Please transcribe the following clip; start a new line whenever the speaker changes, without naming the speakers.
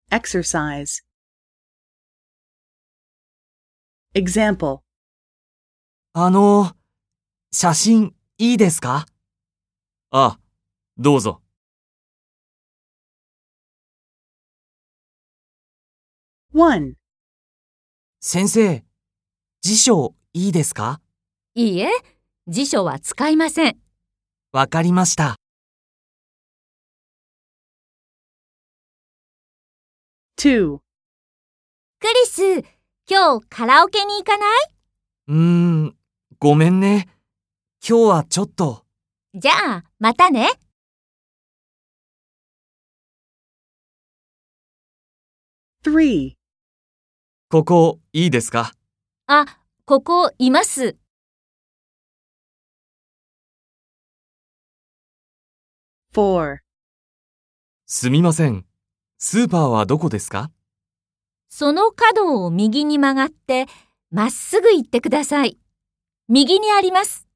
Exercise. Example.
写真いいですか？
ああ、どうぞ。
1.
先生、辞書いいですか？
いいえ、辞書は使いません。
わかりました。
2.
クリス、今日カラオケに行かない？
ごめんね。今日はちょっと。
じゃあ、またね。
3.
ここいいですか？
あ、ここいます。
4.
すみません。スーパーはどこですか？
その角を右に曲がって、まっすぐ行ってください。右にあります。